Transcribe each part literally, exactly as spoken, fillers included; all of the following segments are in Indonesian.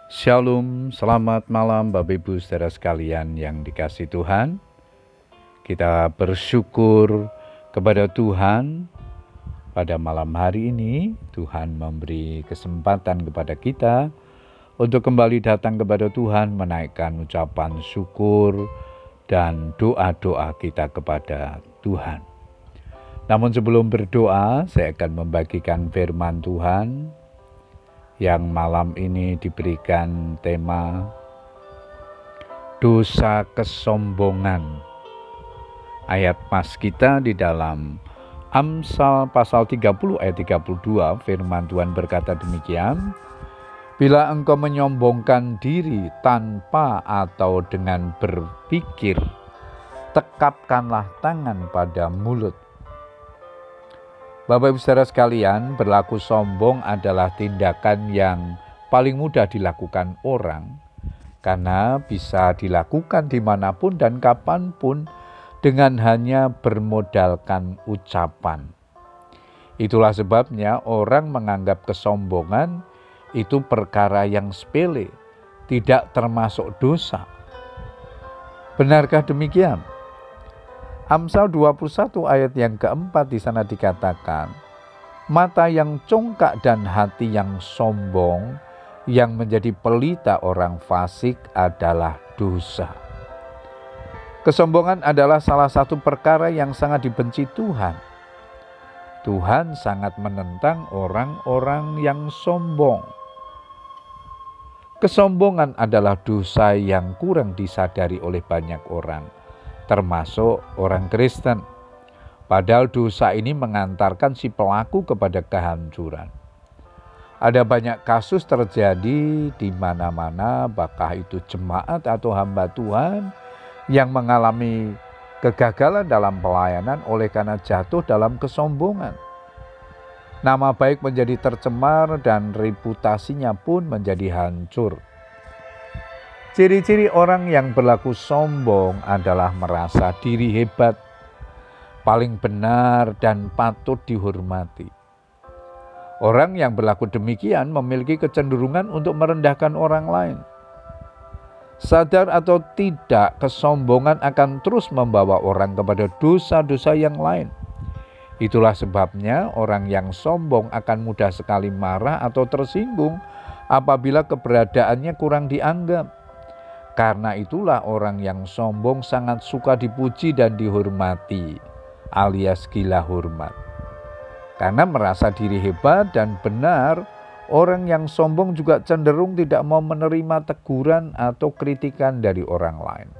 Shalom, selamat malam Bapak Ibu saudara sekalian yang dikasihi Tuhan. Kita bersyukur kepada Tuhan pada malam hari ini. Tuhan memberi kesempatan kepada kita untuk kembali datang kepada Tuhan, menaikkan ucapan syukur dan doa-doa kita kepada Tuhan. Namun sebelum berdoa, saya akan membagikan firman Tuhan yang malam ini diberikan tema dosa kesombongan. Ayat pas kita di dalam Amsal pasal tiga puluh ayat tiga puluh dua, firman Tuhan berkata demikian, bila engkau menyombongkan diri tanpa atau dengan berpikir, tekapkanlah tangan pada mulut. Bapak Ibu saudara sekalian, berlaku sombong adalah tindakan yang paling mudah dilakukan orang karena bisa dilakukan dimanapun dan kapanpun dengan hanya bermodalkan ucapan. Itulah sebabnya orang menganggap kesombongan itu perkara yang sepele, tidak termasuk dosa. Benarkah demikian? Amsal dua puluh satu ayat yang keempat di sana dikatakan, mata yang congkak dan hati yang sombong yang menjadi pelita orang fasik adalah dosa. Kesombongan adalah salah satu perkara yang sangat dibenci Tuhan. Tuhan sangat menentang orang-orang yang sombong. Kesombongan adalah dosa yang kurang disadari oleh banyak orang, termasuk orang Kristen. Padahal dosa ini mengantarkan si pelaku kepada kehancuran. Ada banyak kasus terjadi di mana-mana, bahkan itu jemaat atau hamba Tuhan yang mengalami kegagalan dalam pelayanan oleh karena jatuh dalam kesombongan. Nama baik menjadi tercemar dan reputasinya pun menjadi hancur. Ciri-ciri orang yang berlaku sombong adalah merasa diri hebat, paling benar dan patut dihormati. Orang yang berlaku demikian memiliki kecenderungan untuk merendahkan orang lain. Sadar atau tidak, kesombongan akan terus membawa orang kepada dosa-dosa yang lain. Itulah sebabnya orang yang sombong akan mudah sekali marah atau tersinggung apabila keberadaannya kurang dianggap. Karena itulah orang yang sombong sangat suka dipuji dan dihormati, alias gila hormat. Karena merasa diri hebat dan benar, orang yang sombong juga cenderung tidak mau menerima teguran atau kritikan dari orang lain.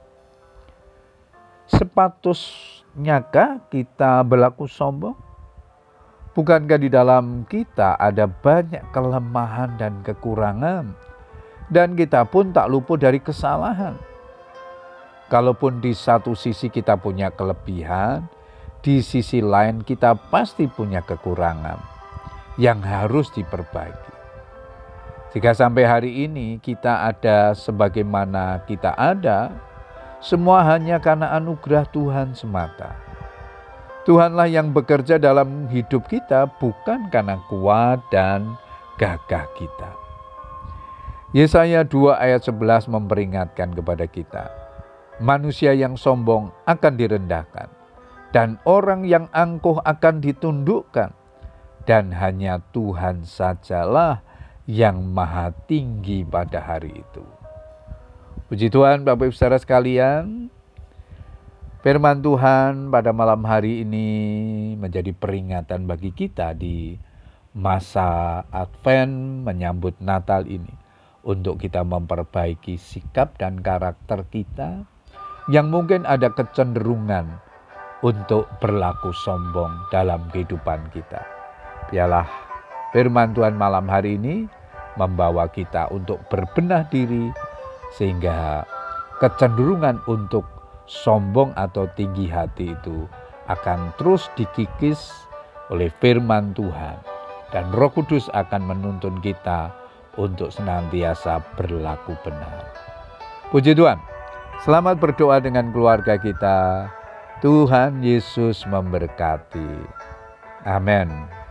Sepatusnyakah kita berlaku sombong? Bukankah di dalam kita ada banyak kelemahan dan kekurangan? Dan kita pun tak luput dari kesalahan. Kalaupun di satu sisi kita punya kelebihan, di sisi lain kita pasti punya kekurangan yang harus diperbaiki. Jika sampai hari ini kita ada sebagaimana kita ada, semua hanya karena anugerah Tuhan semata. Tuhanlah yang bekerja dalam hidup kita, bukan karena kuat dan gagah kita. Yesaya dua ayat sebelas memperingatkan kepada kita, manusia yang sombong akan direndahkan, dan orang yang angkuh akan ditundukkan, dan hanya Tuhan sajalah yang maha tinggi pada hari itu. Puji Tuhan, Bapak Ibu saudara sekalian, firman Tuhan pada malam hari ini menjadi peringatan bagi kita di masa Advent menyambut Natal ini, untuk kita memperbaiki sikap dan karakter kita yang mungkin ada kecenderungan untuk berlaku sombong dalam kehidupan kita. Biarlah firman Tuhan malam hari ini membawa kita untuk berbenah diri, sehingga kecenderungan untuk sombong atau tinggi hati itu akan terus dikikis oleh firman Tuhan, dan Roh Kudus akan menuntun kita untuk senantiasa berlaku benar. Puji Tuhan. Selamat berdoa dengan keluarga kita. Tuhan Yesus memberkati. Amin.